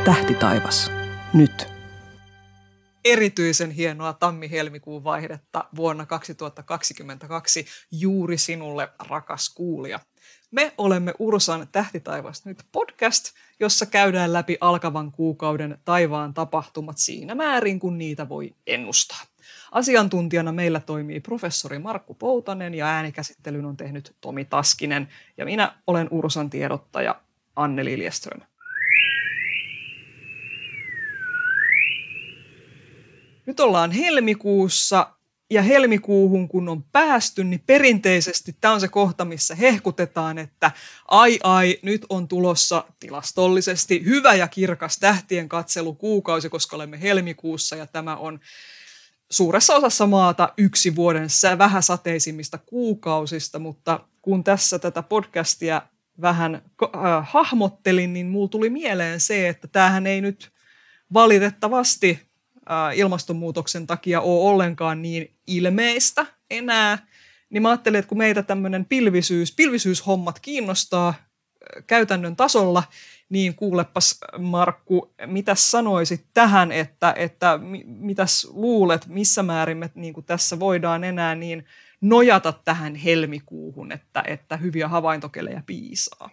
Tähtitaivas. Nyt. Erityisen hienoa tammi-helmikuun vaihdetta vuonna 2022 juuri sinulle, rakas kuulija. Me olemme Ursan Tähtitaivas nyt podcast, jossa käydään läpi alkavan kuukauden taivaan tapahtumat siinä määrin, kun niitä voi ennustaa. Asiantuntijana meillä toimii professori Markku Poutanen ja äänikäsittelyn on tehnyt Tomi Taskinen ja minä olen Ursan tiedottaja Anne Liljeström. Nyt ollaan helmikuussa ja helmikuuhun kun on päästy, niin perinteisesti tämä on se kohta, missä hehkutetaan, että ai, nyt on tulossa tilastollisesti hyvä ja kirkas tähtien katselukuukausi, koska olemme helmikuussa ja tämä on suuressa osassa maata yksi vuoden vähän sateisimmista kuukausista, mutta kun tässä tätä podcastia vähän hahmottelin, niin mulla tuli mieleen se, että tämähän ei nyt valitettavasti ilmastonmuutoksen takia ole ollenkaan niin ilmeistä enää, niin mä ajattelin, että kun meitä tämmöinen pilvisyyshommat kiinnostaa käytännön tasolla, niin kuulepas Markku, mitäs sanoisit tähän, että mitäs luulet, missä määrin me niin kuin tässä voidaan enää niin nojata tähän helmikuuhun, että hyviä havaintokelejä piisaa?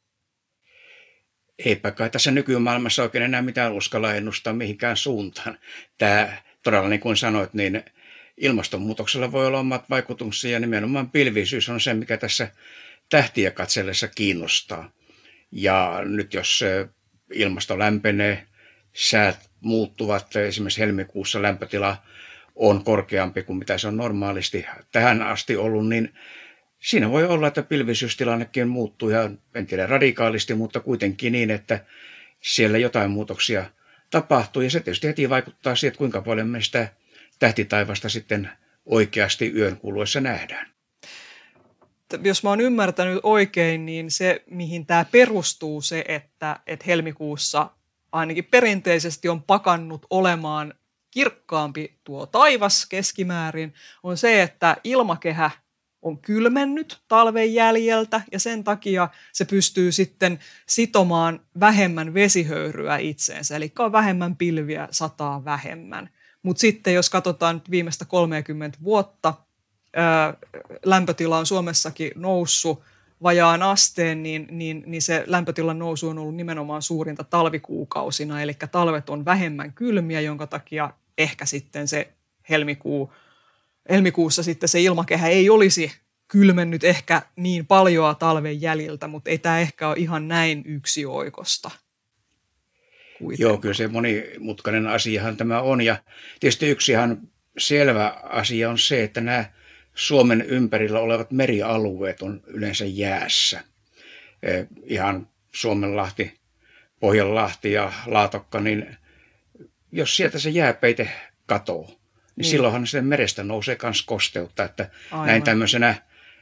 Eipä kai tässä nykymaailmassa oikein enää mitään uskalla ennustaa mihinkään suuntaan. Tämä todella niin kuin sanoit, niin ilmastonmuutoksella voi olla omat vaikutuksensa ja nimenomaan pilvisyys on se, mikä tässä tähtiä katsellessa kiinnostaa. Ja nyt jos ilmasto lämpenee, säät muuttuvat, esimerkiksi helmikuussa lämpötila on korkeampi kuin mitä se on normaalisti tähän asti ollut, niin siinä voi olla, että pilvisyystilannekin muuttuu ja en tiedä radikaalisti, mutta kuitenkin niin, että siellä jotain muutoksia tapahtuu. Ja se tietysti heti vaikuttaa siihen, että kuinka paljon me sitä tähtitaivasta sitten oikeasti yön kuluessa nähdään. Jos mä oon ymmärtänyt oikein, niin se, mihin tämä perustuu, se, että helmikuussa ainakin perinteisesti on pakannut olemaan kirkkaampi tuo taivas keskimäärin, on se, että ilmakehä on kylmennyt talven jäljeltä ja sen takia se pystyy sitten sitomaan vähemmän vesihöyryä itseensä, eli on vähemmän pilviä, sataa vähemmän. Mutta sitten jos katsotaan nyt viimeistä 30 vuotta, lämpötila on Suomessakin noussut vajaan asteen, niin se lämpötilan nousu on ollut nimenomaan suurinta talvikuukausina, eli talvet on vähemmän kylmiä, jonka takia ehkä sitten se helmikuussa sitten se ilmakehä ei olisi kylmennyt ehkä niin paljoa talven jäljiltä, mutta ei tämä ehkä ole ihan näin yksioikosta. Joo, kyllä se monimutkainen asiahan tämä on. Ja tietysti yksi ihan selvä asia on se, että nämä Suomen ympärillä olevat merialueet on yleensä jäässä. Ihan Suomenlahti, Pohjanlahti ja Laatokka, niin jos sieltä se jääpeite katoo, niin silloinhan se merestä nousee myös kosteutta. Että näin tämmöisenä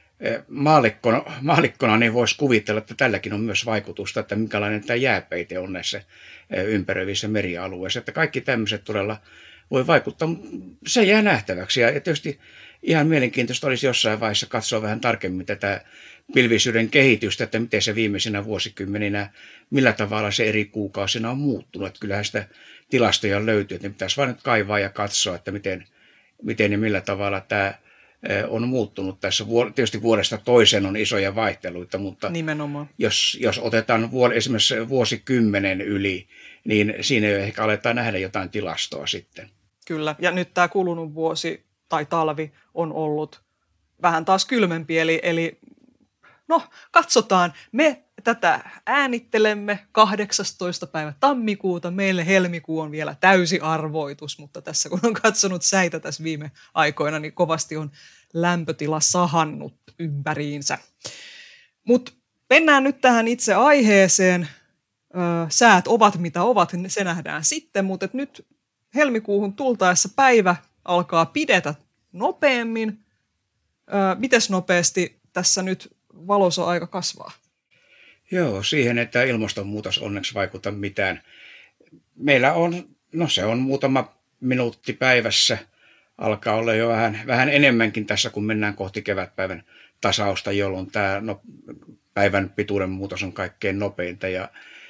maallikkona niin voisi kuvitella, että tälläkin on myös vaikutusta, että minkälainen tämä jääpeite on näissä ympäröivissä merialueissa. Että kaikki tämmöiset todella voi vaikuttaa, mutta se jää nähtäväksi. Ja tietysti ihan mielenkiintoista olisi jossain vaiheessa katsoa vähän tarkemmin tätä pilvisyyden kehitystä, että miten se viimeisinä vuosikymmeninä, millä tavalla se eri kuukausina on muuttunut. Että kyllähän sitä tilastoja löytyy, että ne pitäisi vain nyt kaivaa ja katsoa, että miten ja millä tavalla tämä on muuttunut tässä. Tietysti vuodesta toiseen on isoja vaihteluita, mutta nimenomaan. Jos otetaan esimerkiksi vuosikymmenen yli, niin siinä jo ehkä aletaan nähdä jotain tilastoa sitten. Kyllä, ja nyt tämä kulunut vuosi tai talvi on ollut vähän taas kylmempi, eli no katsotaan, me tätä äänittelemme 18. päivä tammikuuta, meille helmikuu on vielä täysiarvoitus, mutta tässä kun on katsonut säitä tässä viime aikoina, niin kovasti on lämpötila sahannut ympäriinsä. Mutta mennään nyt tähän itse aiheeseen. Säät ovat mitä ovat, se nähdään sitten, mutta nyt helmikuuhun tultaessa päivä alkaa pidetä nopeammin. Mites nopeasti tässä nyt valoisa-aika kasvaa? Joo, siihen, että ilmastonmuutos onneksi vaikuta mitään. Meillä on, se on muutama minuutti päivässä, alkaa olla jo vähän enemmänkin tässä, kun mennään kohti kevätpäivän tasausta, jolloin tämä päivän pituuden muutos on kaikkein nopeinta. Ja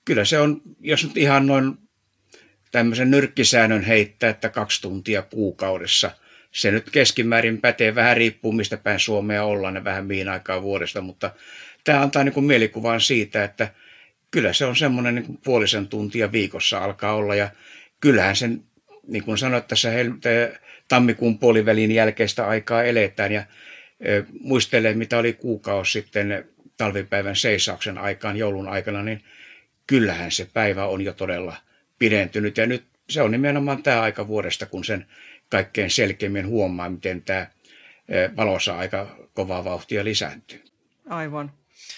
kyllä se on, jos nyt ihan noin tämmöisen nyrkkisäännön heittää, että 2 tuntia kuukaudessa. Se nyt keskimäärin pätee, vähän riippuu mistä päin Suomea ollaan ja vähän mihin aikaan vuodesta, mutta tämä antaa niin kuin mielikuvan siitä, että kyllä se on semmoinen niin kuin 0,5 tuntia viikossa alkaa olla ja kyllähän sen, niin kuin sanoit, tässä tammikuun puolivälin jälkeistä aikaa eletään ja muistelee, mitä oli kuukausi sitten talvipäivän seisauksen aikaan joulun aikana, niin kyllähän se päivä on jo todella pidentynyt ja nyt se on nimenomaan tämä aika vuodesta, kun sen kaikkein selkeimmin huomaa, miten tämä valossa aika kovaa vauhtia lisääntyy. Aivan.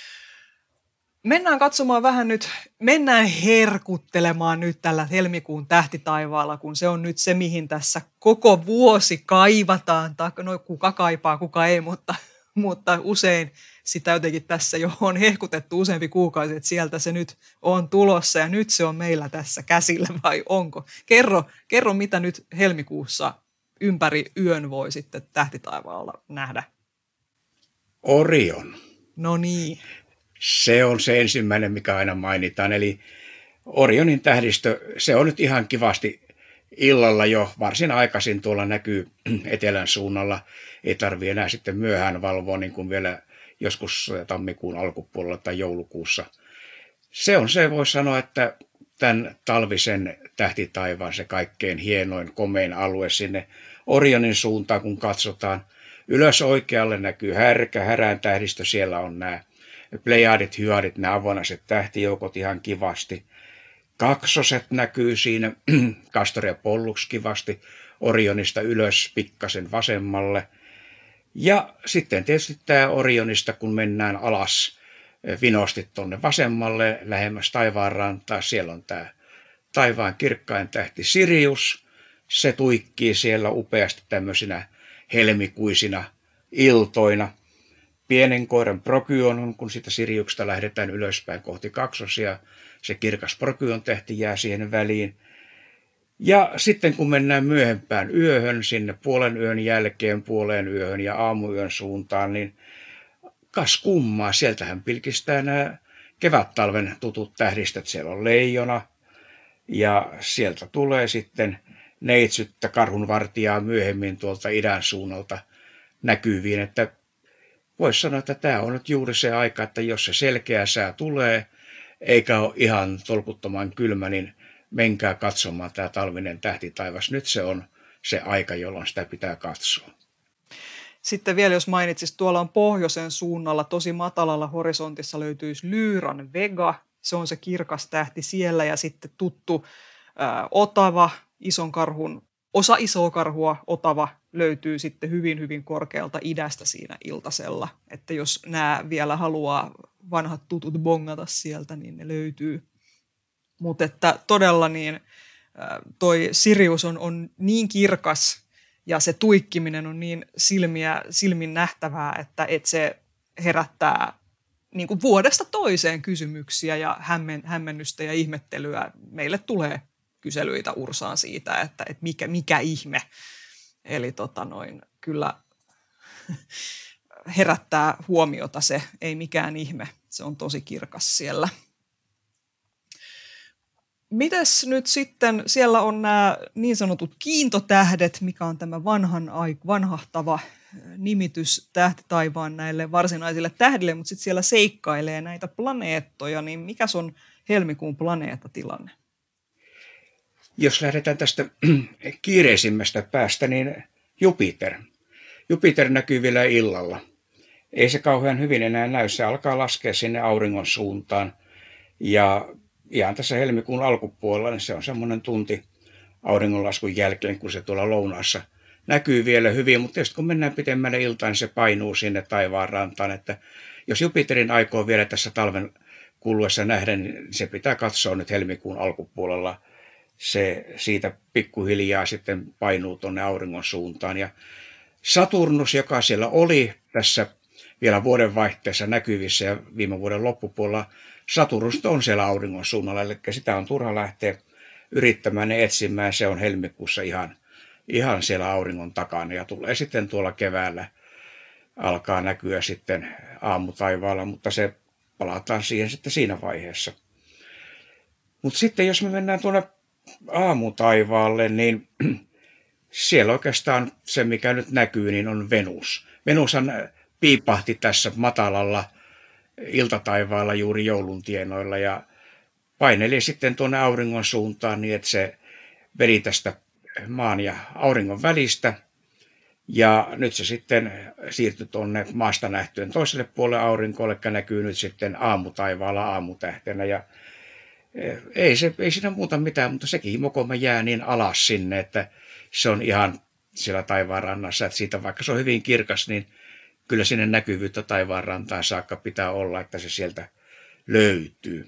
Mennään katsomaan vähän nyt, mennään herkuttelemaan nyt tällä helmikuun tähtitaivaalla, kun se on nyt se, mihin tässä koko vuosi kaivataan. No kuka kaipaa, kuka ei, mutta usein sitä jotenkin tässä jo on hehkutettu useampi kuukausi, että sieltä se nyt on tulossa ja nyt se on meillä tässä käsillä vai onko? Kerro mitä nyt helmikuussa ympäri yön voi sitten tähtitaivaalla nähdä. Orion. No niin. Se on se ensimmäinen, mikä aina mainitaan, eli Orionin tähdistö, se on nyt ihan kivasti illalla jo varsin aikaisin tuolla näkyy etelän suunnalla. Ei tarvitse enää sitten myöhään valvoa niin kuin vielä joskus tammikuun alkupuolella tai joulukuussa. Se voisi sanoa, että tämän talvisen tähtitaivaan se kaikkein hienoin, komein alue sinne Orionin suuntaan, kun katsotaan. Ylös oikealle näkyy Härän tähdistö, siellä on nämä Plejadit, Hyadit, nämä avonaiset tähtijoukot ihan kivasti. Kaksoset näkyy siinä, Castor ja Pollux kivasti, Orionista ylös pikkasen vasemmalle. Ja sitten tietysti tämä Orionista, kun mennään alas vinosti tuonne vasemmalle, lähemmäs taivaanrantaa, siellä on tämä taivaan kirkkain tähti Sirius. Se tuikkii siellä upeasti tämmöisinä helmikuisina iltoina. Pienen koiran Procyon, kun siitä Siriuksesta lähdetään ylöspäin kohti kaksosia, se kirkas Procyon tähti jää siihen väliin. Ja sitten kun mennään myöhempään yöhön, sinne puolen yön jälkeen puoleen yöhön ja aamuyön suuntaan, niin kas kummaa, sieltähän pilkistää nämä kevättalven tutut tähdistöt. Siellä on Leijona ja sieltä tulee sitten neitsyttä karhunvartijaa myöhemmin tuolta idän suunnalta näkyviin, että voisi sanoa, että tämä on nyt juuri se aika, että jos se selkeä sää tulee, eikä ole ihan tolkuttoman kylmä, niin menkää katsomaan tämä talvinen tähtitaivas. Nyt se on se aika, jolloin sitä pitää katsoa. Sitten vielä jos mainitsis, tuolla on pohjoisen suunnalla tosi matalalla horisontissa löytyisi Lyran Vega. Se on se kirkas tähti siellä ja sitten tuttu Otava, osa isoa karhua Otava löytyy sitten hyvin, hyvin korkealta idästä siinä iltasella. Että jos nämä vielä haluaa vanhat tutut bongata sieltä, niin ne löytyy. Mutta että todella niin toi Sirius on niin kirkas ja se tuikkiminen on niin silmin nähtävää, että se herättää niin kuin vuodesta toiseen kysymyksiä ja hämmennystä ja ihmettelyä. Meille tulee kyselyitä Ursaan siitä, että mikä ihme. Eli kyllä herättää huomiota se, ei mikään ihme. Se on tosi kirkas siellä. Mites nyt sitten, siellä on nämä niin sanotut kiintotähdet, mikä on tämä vanhahtava nimitys tähtitaivaan näille varsinaisille tähdille, mutta sitten siellä seikkailee näitä planeettoja, niin mikä on helmikuun planeettatilanne? Jos lähdetään tästä kiireisimmästä päästä, niin Jupiter. Jupiter näkyy vielä illalla. Ei se kauhean hyvin enää näy, se alkaa laskea sinne auringon suuntaan ja ihan tässä helmikuun alkupuolella, niin se on semmoinen tunti auringonlaskun jälkeen, kun se tuolla lounaassa näkyy vielä hyvin, mutta tietysti kun mennään pitemmälle iltaan, niin se painuu sinne taivaanrantaan, että jos Jupiterin aikoo vielä tässä talven kuluessa nähdä, niin se pitää katsoa nyt helmikuun alkupuolella. Se siitä pikkuhiljaa sitten painuu tuonne auringon suuntaan ja Saturnus, joka siellä oli tässä vielä vuodenvaihteessa näkyvissä ja viime vuoden loppupuolella, Saturnus on siellä auringon suunnalla, eli sitä on turha lähteä yrittämään ja etsimään. Se on helmikuussa ihan siellä auringon takana ja tulee sitten tuolla keväällä, alkaa näkyä sitten aamutaivaalla, mutta se palataan siihen sitten siinä vaiheessa. Mutta sitten jos me mennään tuonne aamutaivaalle, niin siellä oikeastaan se, mikä nyt näkyy, niin on Venus. Venushan piipahti tässä matalalla iltataivaalla juuri joulun tienoilla ja paineli sitten tuonne auringon suuntaan niin, että se veri tästä maan ja auringon välistä. Ja nyt se sitten siirtyi tuonne maasta nähtyjen toiselle puolelle aurinkolle, joka näkyy nyt sitten aamutaivaalla aamutähtenä. Ja ei siinä muuta mitään, mutta sekin mokoma jää niin alas sinne, että se on ihan siellä taivaanrannassa. Että siitä vaikka se on hyvin kirkas, niin kyllä sinne näkyvyyttä taivaanrantaan saakka pitää olla, että se sieltä löytyy.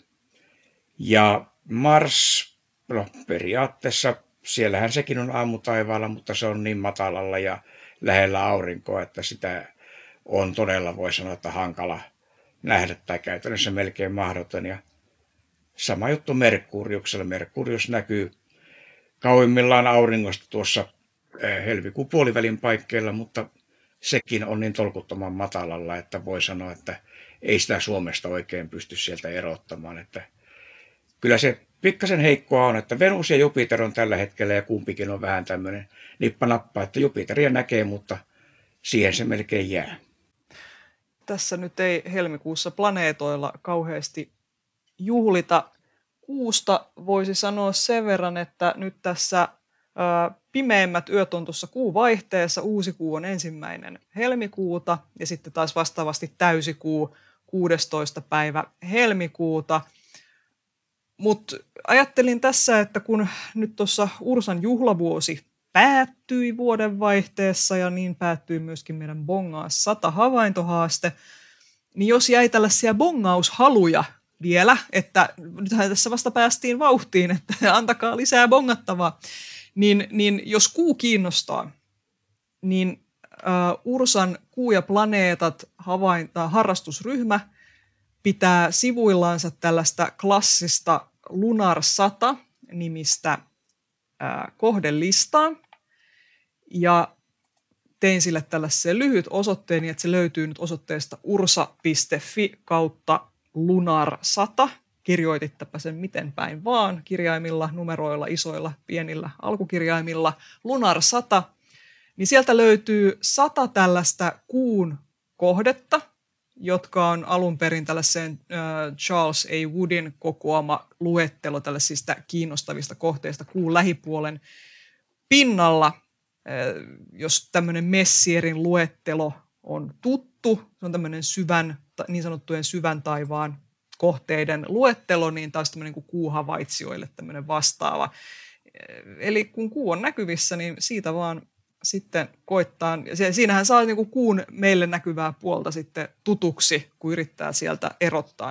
Ja Mars, no periaatteessa siellähän sekin on aamutaivaalla, mutta se on niin matalalla ja lähellä aurinkoa, että sitä on todella, voi sanoa, että hankala nähdä tai käytännössä melkein mahdoton. Ja sama juttu Merkuriuksella. Merkurius näkyy kauimmillaan auringosta tuossa helmikuun puolivälin paikkeilla, mutta sekin on niin tolkuttoman matalalla, että voi sanoa, että ei sitä Suomesta oikein pysty sieltä erottamaan. Että kyllä se pikkasen heikkoa on, että Venus ja Jupiter on tällä hetkellä ja kumpikin on vähän tämmöinen nippanappa, että Jupiteria näkee, mutta siihen se melkein jää. Tässä nyt ei helmikuussa planeetoilla kauheasti juhlita. Kuusta voisi sanoa sen verran, että nyt tässä pimeimmät yöt on tuossa kuuvaihteessa. Uusi kuu on 1. helmikuuta ja sitten taas vastaavasti täysikuu 16. päivä helmikuuta. Mutta ajattelin tässä, että kun nyt tuossa Ursan juhlavuosi päättyi vuodenvaihteessa ja niin päättyi myöskin meidän Bongaa 100 havaintohaaste, niin jos jäi tällaisia bongaushaluja vielä, että nythän tässä vasta päästiin vauhtiin, että antakaa lisää bongattavaa, niin jos kuu kiinnostaa, niin Ursan Kuu ja planeetat harrastusryhmä pitää sivuillansa tällaista klassista Lunar 100-nimistä kohdelistaa. Ja tein sille tällaisen lyhyt osoitteen, että se löytyy nyt osoitteesta ursa.fi kautta Lunar 100. Kirjoitittapa sen miten päin vaan, kirjaimilla, numeroilla, isoilla, pienillä alkukirjaimilla, Lunar 100. Niin sieltä löytyy 100 tällaista kuun kohdetta, jotka on alun perin tällaiseen Charles A. Woodin kokoama luettelo tällaisista kiinnostavista kohteista kuun lähipuolen pinnalla. Jos tämmöinen Messierin luettelo on tuttu, se on tämmöinen niin sanottujen syvän taivaan kohteiden luettelo, niin taas tämmöinen kuin kuuhavaitsijoille tämmöinen vastaava. Eli kun kuu on näkyvissä, niin siitä vaan sitten koittaa, ja siinähän saa niin kuin kuun meille näkyvää puolta sitten tutuksi, kun yrittää sieltä erottaa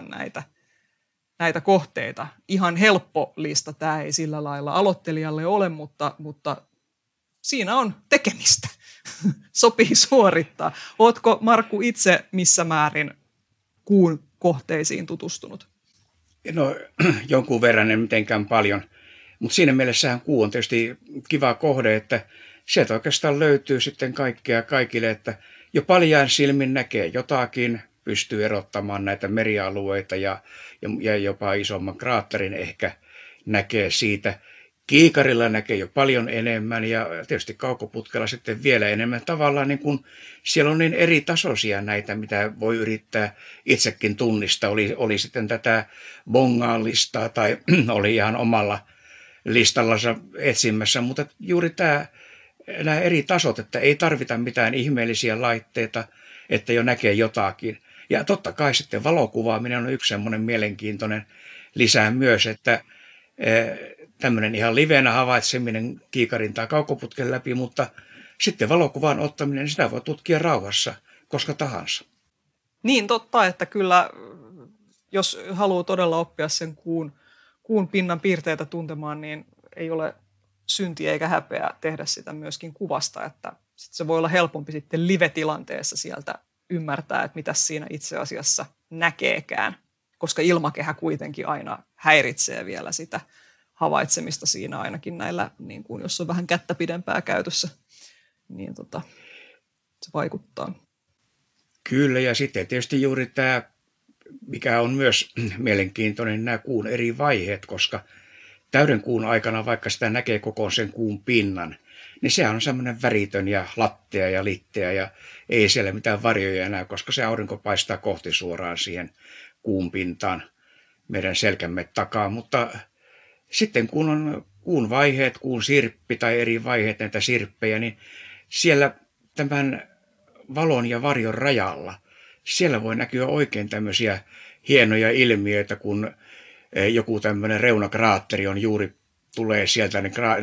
näitä kohteita. Ihan helppo lista tämä ei sillä lailla aloittelijalle ole, mutta siinä on tekemistä. Sopii suorittaa. Ootko, Markku, itse missä määrin kuun kohteisiin tutustunut? No jonkun verran, en mitenkään paljon, mutta siinä mielessähän kuu on tietysti kiva kohde, että sieltä oikeastaan löytyy sitten kaikkea kaikille, että jo paljain silmin näkee jotakin, pystyy erottamaan näitä merialueita ja jopa isomman kraatterin ehkä näkee siitä. Kiikarilla näkee jo paljon enemmän ja tietysti kaukoputkella sitten vielä enemmän. Tavallaan niin kuin siellä on niin eri tasoisia näitä, mitä voi yrittää itsekin tunnistaa. Oli sitten tätä bongaan-listaa tai oli ihan omalla listallansa etsimässä, mutta juuri nämä eri tasot, että ei tarvita mitään ihmeellisiä laitteita, että jo näkee jotakin. Ja totta kai sitten valokuvaaminen on yksi semmoinen mielenkiintoinen lisää myös, että tämmöinen ihan livenä havaitseminen kiikarin tai kaukoputken läpi, mutta sitten valokuvan ottaminen, niin sitä voi tutkia rauhassa koska tahansa. Niin totta, että kyllä jos haluaa todella oppia sen kuun pinnan piirteitä tuntemaan, niin ei ole syntiä eikä häpeää tehdä sitä myöskin kuvasta, että se voi olla helpompi sitten live-tilanteessa sieltä ymmärtää, että mitä siinä itse asiassa näkeekään, koska ilmakehä kuitenkin aina häiritsee vielä sitä havaitsemista siinä ainakin näillä, niin kuin jos on vähän kättä pidempää käytössä, niin se vaikuttaa. Kyllä, ja sitten tietysti juuri tämä mikä on myös mielenkiintoinen, nämä kuun eri vaiheet, koska täyden kuun aikana, vaikka sitä näkee koko sen kuun pinnan, niin sehän on semmoinen väritön ja lattea ja litteä ja ei siellä mitään varjoja enää, koska se aurinko paistaa kohti suoraan siihen kuun pintaan meidän selkämme takaa. Mutta sitten kun on kuun vaiheet, kuun sirppi tai eri vaiheet näitä sirppejä, niin siellä tämän valon ja varjon rajalla, siellä voi näkyä oikein tämmöisiä hienoja ilmiöitä, kun joku tämmöinen reunakraatteri on juuri tulee sieltä,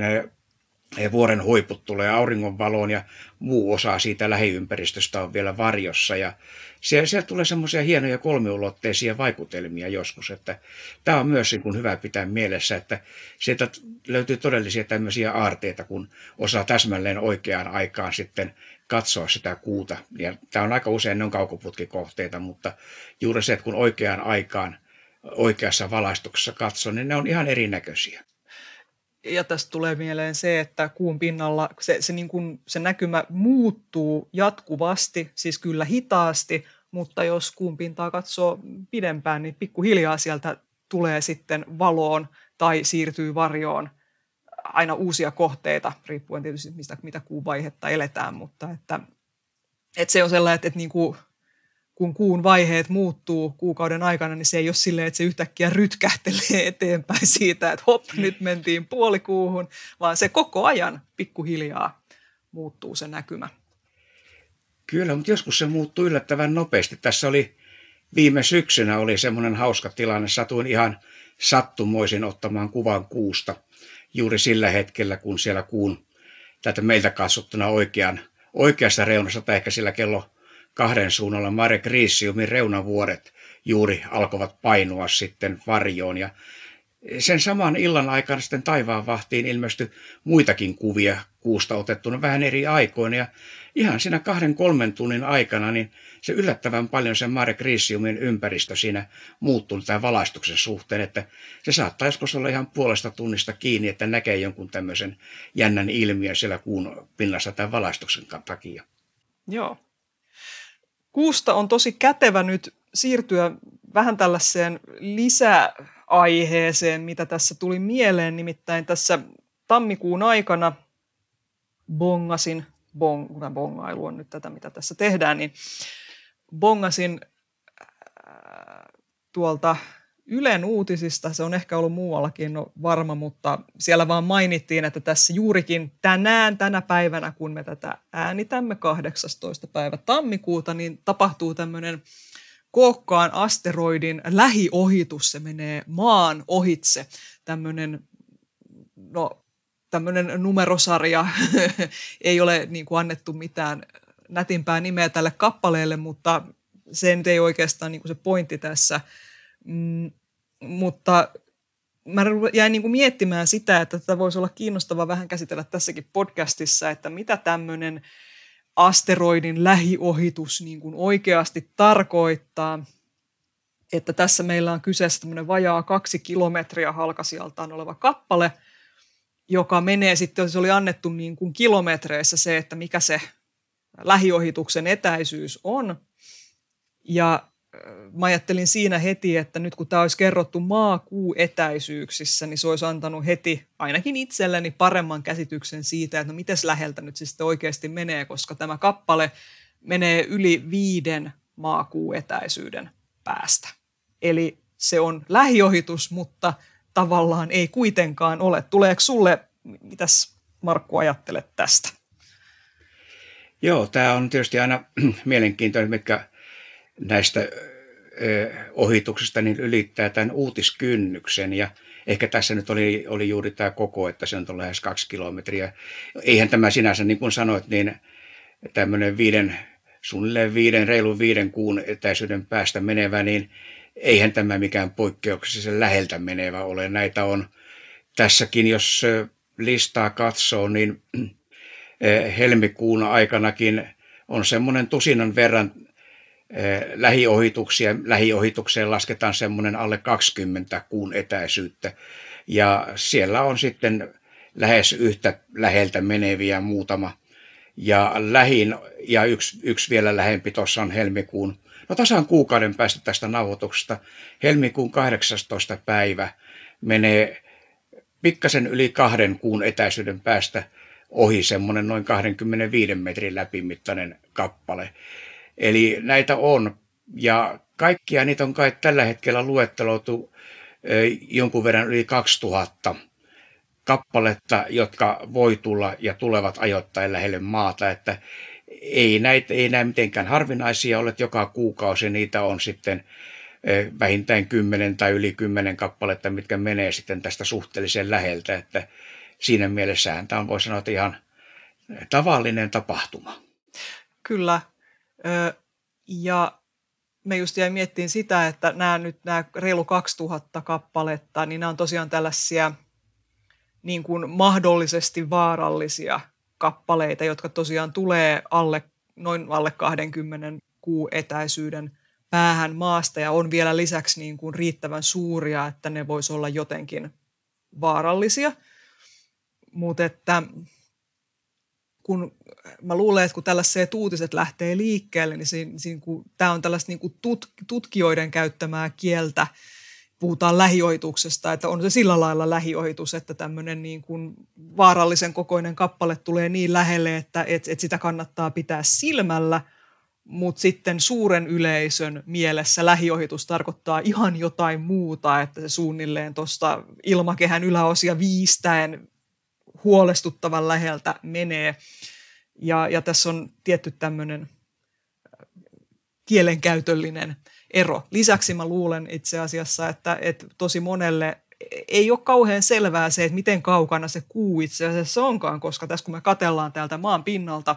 ne vuoren huiput tulee auringonvaloon ja muu osa siitä lähiympäristöstä on vielä varjossa. Ja sieltä tulee semmoisia hienoja kolmiulotteisia vaikutelmia joskus, että tämä on myös niin kuin hyvä pitää mielessä, että sieltä löytyy todellisia tämmöisiä aarteita, kun osaa täsmälleen oikeaan aikaan sitten katsoa sitä kuuta. Ja tämä on aika usein, ne on kaukoputkikohteita, mutta juuri se, että kun oikeaan aikaan oikeassa valaistuksessa katsoo, niin ne on ihan erinäköisiä. Ja tästä tulee mieleen se, että kuun pinnalla se näkymä muuttuu jatkuvasti, siis kyllä hitaasti, mutta jos kuun pintaa katsoo pidempään, niin pikkuhiljaa sieltä tulee sitten valoon tai siirtyy varjoon aina uusia kohteita, riippuen tietysti mitä kuun vaihetta eletään, mutta että se on sellainen, että niin kuin kun kuun vaiheet muuttuu kuukauden aikana, niin se ei ole silleen, että se yhtäkkiä rytkähtelee eteenpäin siitä, että hop, nyt mentiin puolikuuhun, vaan se koko ajan pikkuhiljaa muuttuu se näkymä. Kyllä, mutta joskus se muuttuu yllättävän nopeasti. Tässä oli viime syksynä oli semmoinen hauska tilanne. Satuin ihan sattumoisin ottamaan kuvan kuusta juuri sillä hetkellä, kun siellä kuun täältä meiltä katsottuna oikeassa reunassa tai ehkä sillä kello 2 suunnalla Mare Crisiumin reunavuoret juuri alkoivat painua sitten varjoon. Ja sen saman illan aikana sitten taivaan vahtiin ilmestyi muitakin kuvia kuusta otettuna vähän eri aikoina. Ja ihan siinä 2-3 tunnin aikana niin se yllättävän paljon sen Mare Crisiumin ympäristö siinä muuttui tämän valaistuksen suhteen, että se saattaa joskus olla ihan puolesta tunnista kiinni, että näkee jonkun tämmöisen jännän ilmiön siellä kuun pinnassa tämän valaistuksen takia. Joo. Kuusta on tosi kätevä nyt siirtyä vähän tällaiseen lisäaiheeseen, mitä tässä tuli mieleen. Nimittäin tässä tammikuun aikana bongailu on nyt tätä, mitä tässä tehdään, niin bongasin tuolta Ylen uutisista, se on ehkä ollut muuallakin, no varma, mutta siellä vaan mainittiin, että tässä juurikin tänä päivänä, kun me tätä äänitämme 18. päivä tammikuuta, niin tapahtuu tämmöinen kookkaan asteroidin lähiohitus, se menee maan ohitse, tämmöinen numerosarja, ei ole niin kuin annettu mitään nätimpää nimeä tälle kappaleelle, mutta se nyt ei oikeastaan niin kuin se pointti tässä. Mutta mä jäin niin kuin miettimään sitä, että tätä voisi olla kiinnostavaa vähän käsitellä tässäkin podcastissa, että mitä tämmöinen asteroidin lähiohitus niin kuin oikeasti tarkoittaa. Että tässä meillä on kyseessä tämmöinen vajaa 2 kilometriä halkasijaltaan oleva kappale, joka menee sitten, se oli annettu niin kuin kilometreissä se, että mikä se lähiohituksen etäisyys on. Ja mä ajattelin siinä heti, että nyt kun tämä olisi kerrottu maa-kuu-etäisyyksissä, niin se olisi antanut heti ainakin itselleni paremman käsityksen siitä, että no mites läheltä nyt se sitten oikeasti menee, koska tämä kappale menee yli 5 maa-kuu-etäisyyden päästä. Eli se on lähiohitus, mutta tavallaan ei kuitenkaan ole. Tuleeko sulle, mitäs Markku ajattelet tästä? Joo, tämä on tietysti aina mielenkiintoinen, mitkä näistä ohituksista niin ylittää tämän uutiskynnyksen ja ehkä tässä nyt oli juuri tämä koko, että se on lähes 2 kilometriä. Eihän tämä sinänsä, niin kuin sanoit, niin tämmöinen suunnilleen reilun 5 kuun etäisyyden päästä menevä, niin eihän tämä mikään poikkeuksellisen läheltä menevä ole. Näitä on tässäkin, jos listaa katsoo, niin helmikuun aikanakin on semmoinen 10 verran lähiohituksia. Lähiohitukseen lasketaan semmoinen alle 20 kuun etäisyyttä. Ja siellä on sitten lähes yhtä läheltä meneviä muutama. Ja lähin ja yksi vielä lähempi tuossa on No tasan kuukauden päästä tästä nauhoituksesta, helmikuun 18. päivä, menee pikkasen yli 2 kuun etäisyyden päästä ohi semmoinen noin 25 metrin läpimittainen kappale. Eli näitä on, ja kaikkia niitä on kai tällä hetkellä luetteloitu jonkun verran yli 2000 kappaletta, jotka voi tulla ja tulevat ajoittain lähelle maata, että ei näitä mitenkään harvinaisia ole, että joka kuukausi niitä on sitten vähintään 10 tai yli 10 kappaletta, mitkä menee sitten tästä suhteellisen läheltä, että siinä mielessähän tämä on, voi sanoa, että ihan tavallinen tapahtuma. Kyllä, ja me just jäin miettimään sitä, että nämä reilu 2000 kappaletta, niin nämä on tosiaan tällaisia niin kuin mahdollisesti vaarallisia kappaleita, jotka tosiaan tulee noin alle 20 kuun etäisyyden päähän maasta ja on vielä lisäksi niin kuin riittävän suuria, että ne vois olla jotenkin vaarallisia. Mutta että kun mä luulen, että kun tällaiset uutiset lähtee liikkeelle, niin tämä on tällaista niin kuin tutkijoiden käyttämää kieltä. Puhutaan lähiohituksesta, että on se sillä lailla lähiohitus, että tämmöinen niin kuin vaarallisen kokoinen kappale tulee niin lähelle, että sitä kannattaa pitää silmällä, mutta sitten suuren yleisön mielessä lähiohitus tarkoittaa ihan jotain muuta, että se suunnilleen tuosta ilmakehän yläosia huolestuttavan läheltä menee. Ja tässä on tietty tämmöinen kielenkäytöllinen ero. Lisäksi mä luulen itse asiassa, että tosi monelle ei ole kauhean selvää se, että miten kaukana se kuu itse asiassa onkaan, koska tässä kun me katsellaan täältä maan pinnalta,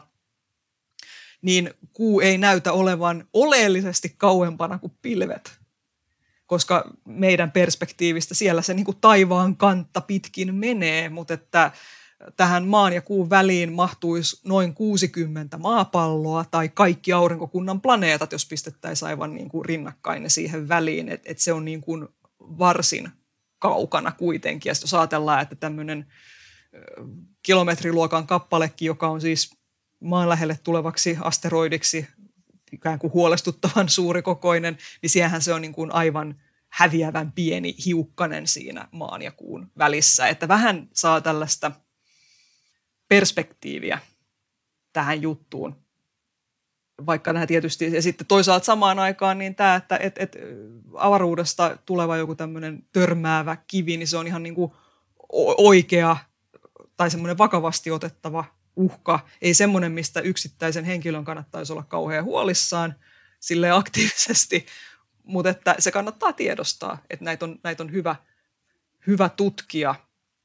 niin kuu ei näytä olevan oleellisesti kauempana kuin pilvet, koska meidän perspektiivistä siellä se niin kuin taivaan kantta pitkin menee, mutta että tähän maan ja kuun väliin mahtuisi noin 60 maapalloa tai kaikki aurinkokunnan planeetat, jos pistettäisiin aivan niin kuin rinnakkain ne siihen väliin, että se on niin kuin varsin kaukana kuitenkin. Ja jos ajatellaan, että tämmöinen kilometriluokan kappalekin, joka on siis maan lähelle tulevaksi asteroidiksi ikään kuin huolestuttavan suurikokoinen, niin siellähän se on niin kuin aivan häviävän pieni hiukkanen siinä maan ja kuun välissä. Että vähän saa tällaista perspektiiviä tähän juttuun. Vaikka nämä tietysti, ja sitten toisaalta samaan aikaan niin tämä, että avaruudesta tuleva joku tämmöinen törmäävä kivi, niin se on ihan niin kuin oikea tai semmoinen vakavasti otettava uhka. Ei semmoinen, mistä yksittäisen henkilön kannattaisi olla kauhean huolissaan silleen aktiivisesti, mutta että se kannattaa tiedostaa, että näitä on hyvä tutkia.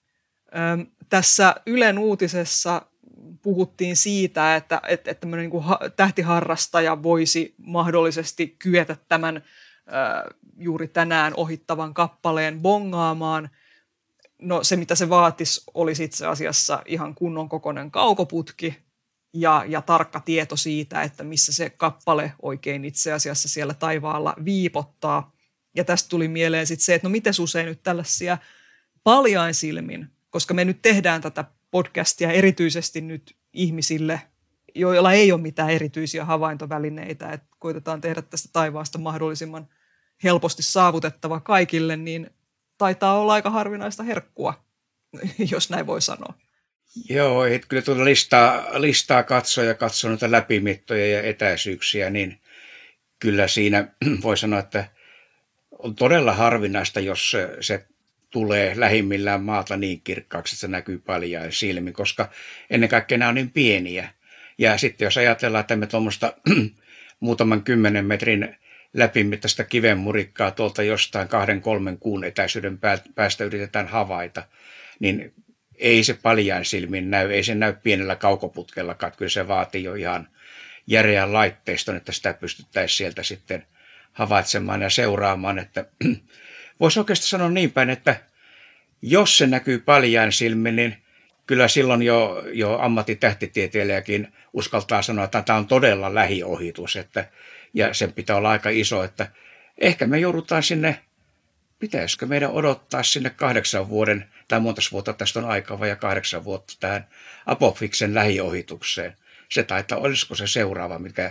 Tässä Ylen uutisessa puhuttiin siitä, että tämmöinen niin kuin tähtiharrastaja voisi mahdollisesti kyetä tämän juuri tänään ohittavan kappaleen bongaamaan. No se, mitä se vaatisi, olisi itse asiassa ihan kunnon kokoinen kaukoputki ja tarkka tieto siitä, että missä se kappale oikein itse asiassa siellä taivaalla viipottaa. Ja tästä tuli mieleen sitten se, että no miten usein nyt tällaisia paljain silmin, koska me nyt tehdään tätä podcastia erityisesti nyt ihmisille, joilla ei ole mitään erityisiä havaintovälineitä, että koitetaan tehdä tästä taivaasta mahdollisimman helposti saavutettava kaikille, niin taitaa olla aika harvinaista herkkua, jos näin voi sanoa. Joo, että kyllä tuota listaa katsoo ja katsoo noita läpimittoja ja etäisyyksiä, niin kyllä siinä voi sanoa, että on todella harvinaista, jos se tulee lähimmillään maata niin kirkkaaksi, että se näkyy paljain silmin, koska ennen kaikkea nämä on niin pieniä. Ja sitten jos ajatellaan, että me tuommoista muutaman 10 metrin läpimittaista kivenmurikkaa tuolta jostain 2-3 kuun etäisyyden päästä yritetään havaita, niin ei se paljain silmin näy, ei se näy pienellä kaukoputkellakaan. Kyllä se vaatii jo ihan järeän laitteiston, että sitä pystyttäisiin sieltä sitten havaitsemaan ja seuraamaan. Että voisi oikeastaan sanoa niin päin, että jos se näkyy paljain silmin, niin kyllä silloin jo ammattitähtitieteilijäkin uskaltaa sanoa, että tämä on todella lähiohitus. Ja sen pitää olla aika iso, että ehkä me joudutaan sinne, pitäisikö meidän odottaa sinne 8 vuoden, tai monta vuotta tästä on aikaa, vai 8 vuotta tähän Apophysen lähiohitukseen. Se taitaa, olisiko se seuraava,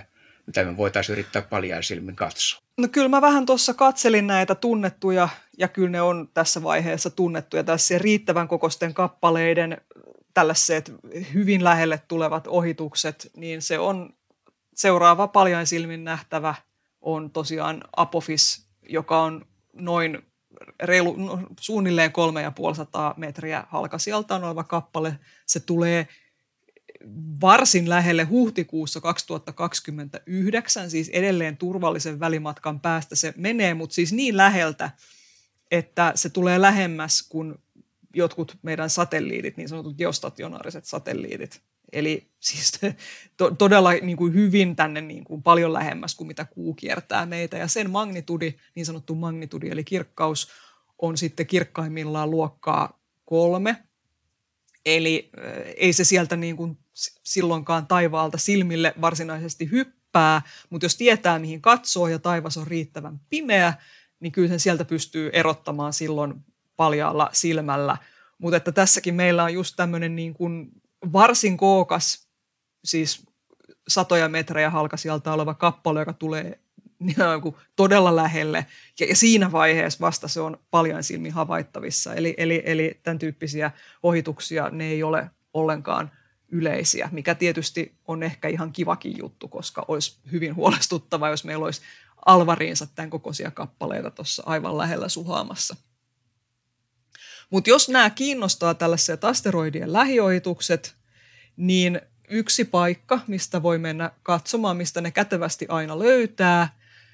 mitä me voitaisiin yrittää paljain silmin katsoa. No kyllä mä vähän tuossa katselin näitä tunnettuja, ja kyllä ne on tässä vaiheessa tunnettuja, tässä riittävän kokoisten kappaleiden tällaiset hyvin lähelle tulevat ohitukset, niin se on seuraava paljain silmin nähtävä on tosiaan Apophis, joka on noin suunnilleen 350 metriä halkasijaltaan oleva kappale. Se tulee varsin lähelle huhtikuussa 2029, siis edelleen turvallisen välimatkan päästä se menee, mutta siis niin läheltä, että se tulee lähemmäs kuin jotkut meidän satelliitit, niin sanotut geostationaariset satelliitit. Eli siis todella niin kuin hyvin tänne niin kuin paljon lähemmäs kuin mitä kuu kiertää meitä. Ja sen magnitudi, niin sanottu magnitudi eli kirkkaus, on sitten kirkkaimmillaan luokkaa 3. Eli ei se sieltä niin kuin silloinkaan taivaalta silmille varsinaisesti hyppää, mutta jos tietää mihin katsoo ja taivas on riittävän pimeä, niin kyllä sen sieltä pystyy erottamaan silloin paljaalla silmällä. Mutta että tässäkin meillä on just tämmöinen niin kuin varsin kookas, siis satoja metrejä halkasijalta oleva kappale, joka tulee todella lähelle. Ja siinä vaiheessa vasta se on paljain silmin havaittavissa. Eli tämän tyyppisiä ohituksia ne ei ole ollenkaan yleisiä, mikä tietysti on ehkä ihan kivakin juttu, koska olisi hyvin huolestuttava, jos meillä olisi alvariinsa tämän kokoisia kappaleita tuossa aivan lähellä suhaamassa. Mutta jos nämä kiinnostaa tällaiset asteroidien lähiohitukset, niin yksi paikka, mistä voi mennä katsomaan, mistä ne kätevästi aina löytää,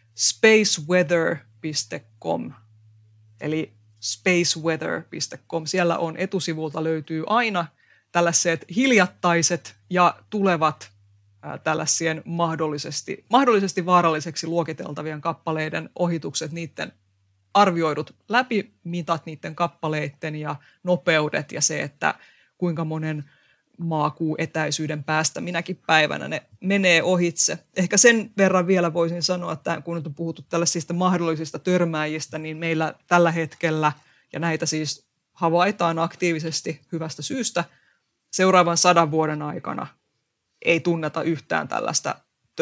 spaceweather.com. Eli spaceweather.com. Siellä on etusivulta löytyy aina tällaiset hiljattaiset ja tulevat tällaisien mahdollisesti vaaralliseksi luokiteltavien kappaleiden ohitukset, niiden arvioidut läpimitat niiden kappaleiden ja nopeudet ja se, että kuinka monen maakuu etäisyyden päästä minäkin päivänä ne menee ohitse. Ehkä sen verran vielä voisin sanoa, että kun nyt on puhuttu tällaisista mahdollisista törmääjistä, niin meillä tällä hetkellä, ja näitä siis havaitaan aktiivisesti hyvästä syystä, seuraavan 100 vuoden aikana ei tunneta yhtään tällaista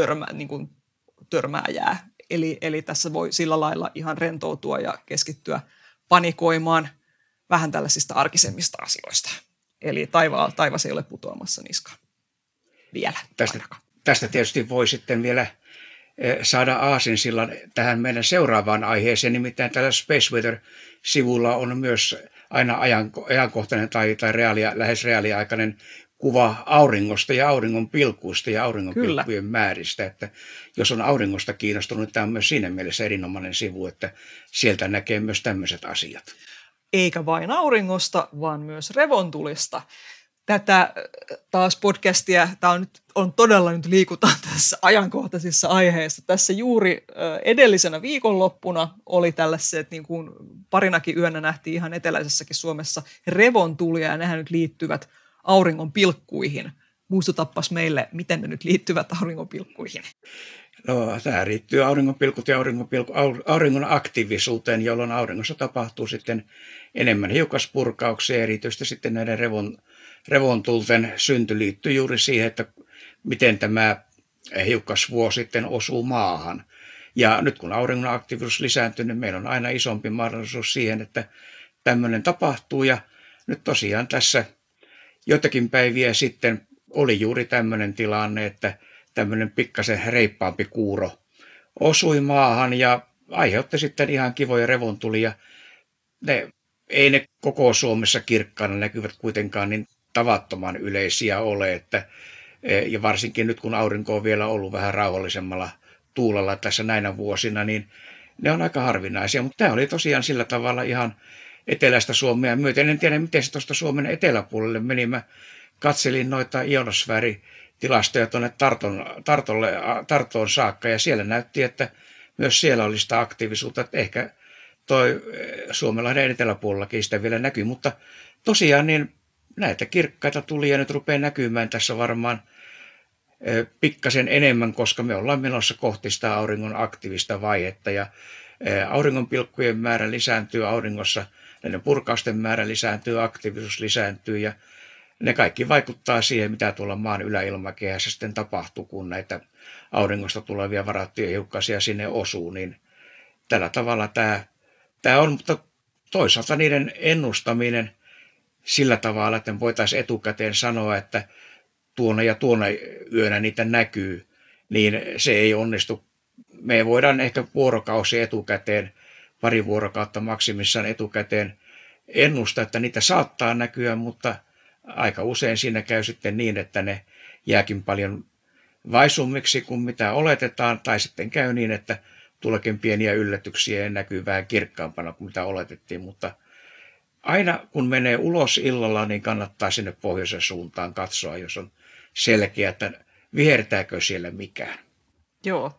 törmääjää. Eli tässä voi sillä lailla ihan rentoutua ja keskittyä panikoimaan vähän tällaisista arkisemmista asioista. Eli taivas ei ole putoamassa niskaan vielä. Tästä tietysti voi sitten vielä saada aasinsillan tähän meidän seuraavaan aiheeseen. Nimittäin tällä Space Weather-sivulla on myös aina ajankohtainen tai lähes reaaliaikainen kuva auringosta ja auringon pilkuista ja auringonpilkkujen määristä. Että jos on auringosta kiinnostunut, tämä on myös siinä mielessä erinomainen sivu, että sieltä näkee myös tämmöiset asiat. Eikä vain auringosta, vaan myös revontulista. Tätä taas podcastia, tämä on todella nyt liikutaan tässä ajankohtaisissa aiheissa. Tässä juuri edellisenä viikonloppuna oli tällaiset, niin kuin parinakin yönä nähtiin ihan eteläisessäkin Suomessa revontulia, ja nehän nyt liittyvät auringon pilkkuihin. Muistutappas meille, miten ne nyt liittyvät auringon pilkkuihin. No, tämä liittyy auringonpilkut ja auringon aktiivisuuteen, jolloin auringossa tapahtuu sitten enemmän hiukkaspurkauksia. Erityisesti sitten näiden revontulten synty liittyy juuri siihen, että miten tämä hiukkasvuo sitten osuu maahan. Ja nyt kun auringon aktiivisuus lisääntyy, niin meillä on aina isompi mahdollisuus siihen, että tämmöinen tapahtuu. Ja nyt tosiaan tässä joitakin päiviä sitten oli juuri tämmöinen tilanne, että tämmöinen pikkasen reippaampi kuuro osui maahan ja aiheutti sitten ihan kivoja revontulia. Ei ne koko Suomessa kirkkaana näkyvät kuitenkaan niin tavattoman yleisiä ole, ja varsinkin nyt kun aurinko on vielä ollut vähän rauhallisemmalla tuulella tässä näinä vuosina, niin ne on aika harvinaisia. Mutta tämä oli tosiaan sillä tavalla ihan eteläistä Suomea myöten. En tiedä, miten se tuosta Suomen eteläpuolelle meni. Mä katselin noita ionosfääritilastoja tuonne Tartoon saakka, ja siellä näytti, että myös siellä oli sitä aktiivisuutta, että ehkä toi Suomenlahden eteläpuolellakin sitä vielä näkyy, mutta tosiaan niin näitä kirkkaita tuli ja nyt rupeaa näkymään tässä varmaan pikkasen enemmän, koska me ollaan menossa kohti sitä auringon aktiivista vaihetta ja auringonpilkkujen määrä lisääntyy auringossa, näiden purkausten määrä lisääntyy, aktiivisuus lisääntyy ja Ne kaikki vaikuttaa siihen, mitä tuolla maan yläilmakehässä sitten tapahtuu, kun näitä auringosta tulevia varattuja hiukkasia sinne osuu, niin tällä tavalla tämä on, mutta toisaalta niiden ennustaminen sillä tavalla, että voitaisiin etukäteen sanoa, että tuona ja tuona yönä niitä näkyy, niin se ei onnistu. Me voidaan ehkä vuorokausi etukäteen, pari vuorokautta maksimissaan etukäteen ennustaa, että niitä saattaa näkyä, mutta aika usein siinä käy sitten niin, että ne jääkin paljon vaisummiksi kuin mitä oletetaan, tai sitten käy niin, että tuleekin pieniä yllätyksiä ja näkyy vähän kirkkaampana kuin mitä oletettiin, mutta aina kun menee ulos illalla, niin kannattaa sinne pohjoisen suuntaan katsoa, jos on selkeä, että vihertääkö siellä mikään. Joo.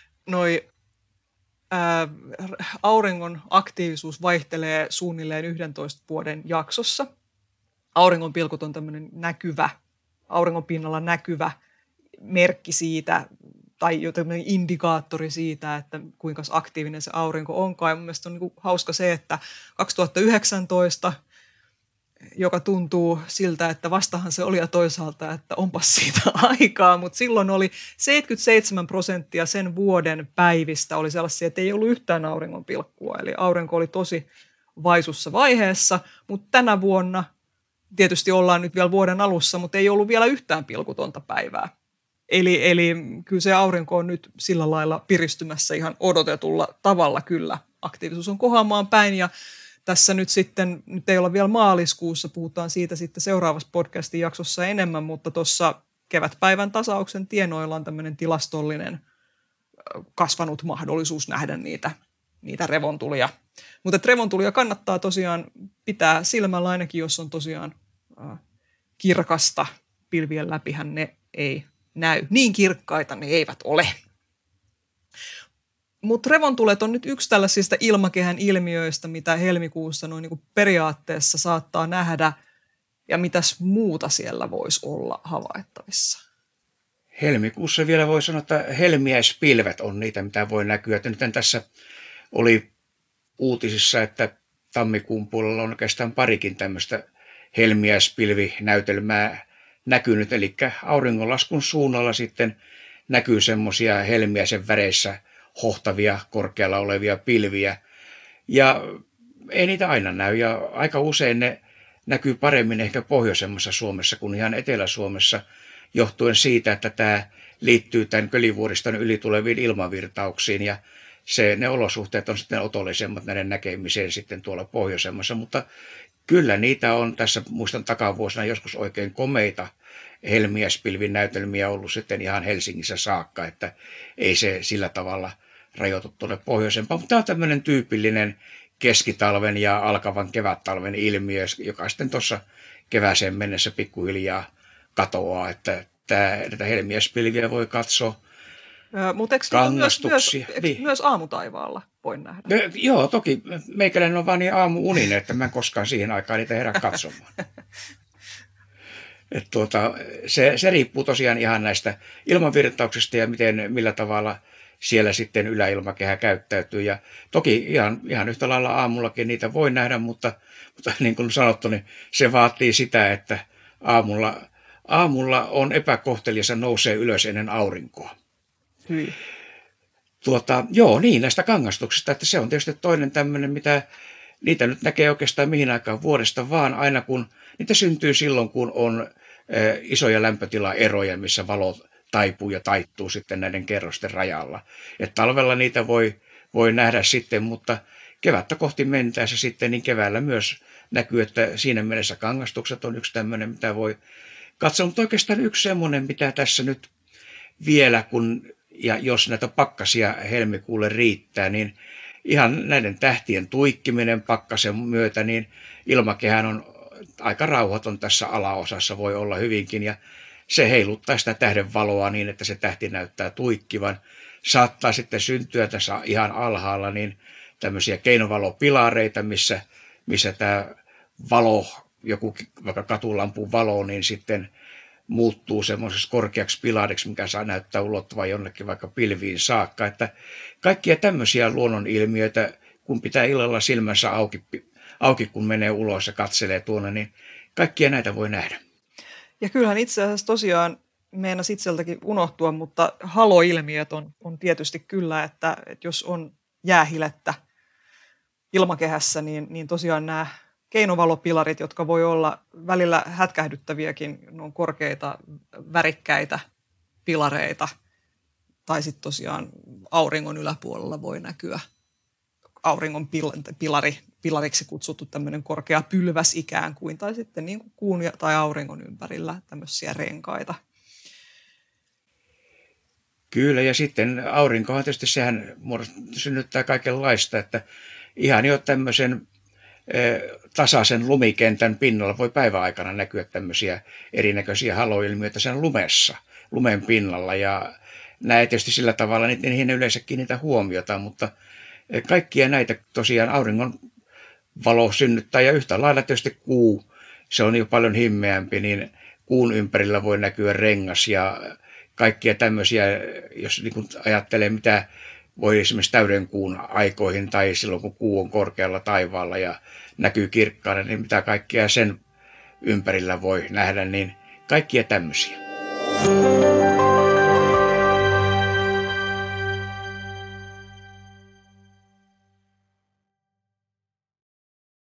Auringon aktiivisuus vaihtelee suunnilleen 11 vuoden jaksossa. Auringon pilkut on tämmöinen näkyvä, auringon pinnalla näkyvä merkki siitä, tai jotenkin indikaattori siitä, että kuinka aktiivinen se aurinko onkaan. Ja mun mielestä on niin kuin hauska se, että 2019, joka tuntuu siltä, että vastahan se oli ja toisaalta, että onpas siitä aikaa, mutta silloin oli 77% sen vuoden päivistä oli sellaisia, että ei ollut yhtään auringonpilkkua. Eli aurinko oli tosi vaisussa vaiheessa, mutta tänä vuonna, tietysti ollaan nyt vielä vuoden alussa, mutta ei ollut vielä yhtään pilkutonta päivää. Eli kyllä se aurinko on nyt sillä lailla piristymässä ihan odotetulla tavalla kyllä. Aktiivisuus on kohoamaan päin ja tässä nyt sitten, nyt ei olla vielä maaliskuussa, puhutaan siitä sitten seuraavassa podcastin jaksossa enemmän, mutta tuossa kevätpäivän tasauksen tienoilla on tämmöinen tilastollinen kasvanut mahdollisuus nähdä niitä revontulia. Mutta revontulia kannattaa tosiaan pitää silmällä ainakin, jos on tosiaan kirkasta. Pilvien läpihän ne ei näy. Niin kirkkaita ne eivät ole. Mutta revontulet on nyt yksi tällaisista ilmakehän ilmiöistä, mitä helmikuussa noin niin kuin periaatteessa saattaa nähdä, ja mitäs muuta siellä voisi olla havaittavissa. Helmikuussa vielä voi sanoa, että helmiäispilvet on niitä, mitä voi näkyä. Nyt tässä oli uutisissa, että tammikuun puolella on oikeastaan parikin tämmöistä helmiäispilvinäytelmää näkynyt, eli auringonlaskun suunnalla sitten näkyy semmoisia helmiäisen väreissä hohtavia, korkealla olevia pilviä. Ja ei niitä aina näy, ja aika usein ne näkyy paremmin ehkä pohjoisemmassa Suomessa kuin ihan Etelä-Suomessa, johtuen siitä, että tämä liittyy tämän Kölivuoriston yli tuleviin ilmavirtauksiin, ja ne olosuhteet on sitten otollisemmat näiden näkemiseen sitten tuolla pohjoisemmassa, mutta kyllä niitä on tässä, muistan takavuosina joskus oikein komeita helmiäispilvin näytelmiä ollut sitten ihan Helsingissä saakka, että ei se sillä tavalla rajoitu tuonne pohjoisempaan. Mutta tämä on tämmöinen tyypillinen keskitalven ja alkavan kevättalven ilmiö, joka sitten tuossa kevääseen mennessä pikkuhiljaa katoaa, että näitä helmiäispilviä voi katsoa. Mutta eikö myös aamutaivaalla voi nähdä? Joo, toki. Meikäläinen on vaan niin aamuuninen, että mä en koskaan siihen aikaan niitä herää katsomaan. Se riippuu tosiaan ihan näistä ilmanvirtauksista ja millä tavalla siellä sitten yläilmakehä käyttäytyy. Ja toki ihan yhtä lailla aamullakin niitä voi nähdä, mutta niin kuin sanottu, niin se vaatii sitä, että aamulla on epäkohtelias ja nousee ylös ennen aurinkoa. Joo, niin näistä kangastuksista, että se on tietysti toinen tämmöinen, mitä niitä nyt näkee oikeastaan mihin aikaan vuodesta, vaan aina kun niitä syntyy silloin, kun on isoja lämpötilaeroja, missä valo taipuu ja taittuu sitten näiden kerrosten rajalla. Et talvella niitä voi nähdä sitten, mutta kevättä kohti mentäessä sitten, niin keväällä myös näkyy, että siinä mielessä kangastukset on yksi tämmöinen, mitä voi katsoa. Mutta oikeastaan yksi semmoinen, mitä tässä nyt vielä, ja jos näitä pakkasia helmikuulle riittää, niin ihan näiden tähtien tuikkiminen pakkasen myötä, niin ilmakehän on aika rauhaton tässä alaosassa voi olla hyvinkin, ja se heiluttaa sitä tähden valoa niin, että se tähti näyttää tuikkivan. Saattaa sitten syntyä tässä ihan alhaalla niin tämmöisiä keinovalopilareita, missä tämä valo, joku vaikka katulampun valo, niin sitten muuttuu semmoisessa korkeaksi pilariksi, mikä saa näyttää ulottuvan jonnekin vaikka pilviin saakka. Että kaikkia tämmöisiä luonnonilmiöitä, kun pitää illalla silmänsä auki kun menee ulos ja katselee tuonne, niin kaikkia näitä voi nähdä. Ja kyllähän itse asiassa tosiaan meinasi itseltäkin unohtua, mutta haloilmiöt on tietysti kyllä, että jos on jäähilettä ilmakehässä, niin tosiaan nämä keinovalopilarit, jotka voi olla välillä hätkähdyttäviäkin, ne on korkeita, värikkäitä pilareita, tai sitten tosiaan auringon yläpuolella voi näkyä auringon pilariksi kutsuttu tämmöinen korkea pylväs ikään kuin, tai sitten niin kuin kuun tai auringon ympärillä tämmöisiä renkaita. Kyllä, ja sitten aurinkohan tietysti sehän synnyttää kaikenlaista, että ihan jo tämmöisen tasaisen lumikentän pinnalla voi päiväaikana näkyä tämmöisiä erinäköisiä haloilmiöitä sen lumen pinnalla, ja näin tietysti sillä tavalla, niin niihin yleensä kiinnitä huomiota, mutta kaikkia näitä tosiaan auringon valo synnyttää, ja yhtä lailla tietysti kuu, se on jo paljon himmeämpi, niin kuun ympärillä voi näkyä rengas ja kaikkia tämmöisiä, jos niin kuin ajattelee, mitä voi esimerkiksi täyden kuun aikoihin tai silloin, kun kuu on korkealla taivaalla ja näkyy kirkkaana, niin mitä kaikkea sen ympärillä voi nähdä, niin kaikkia tämmöisiä.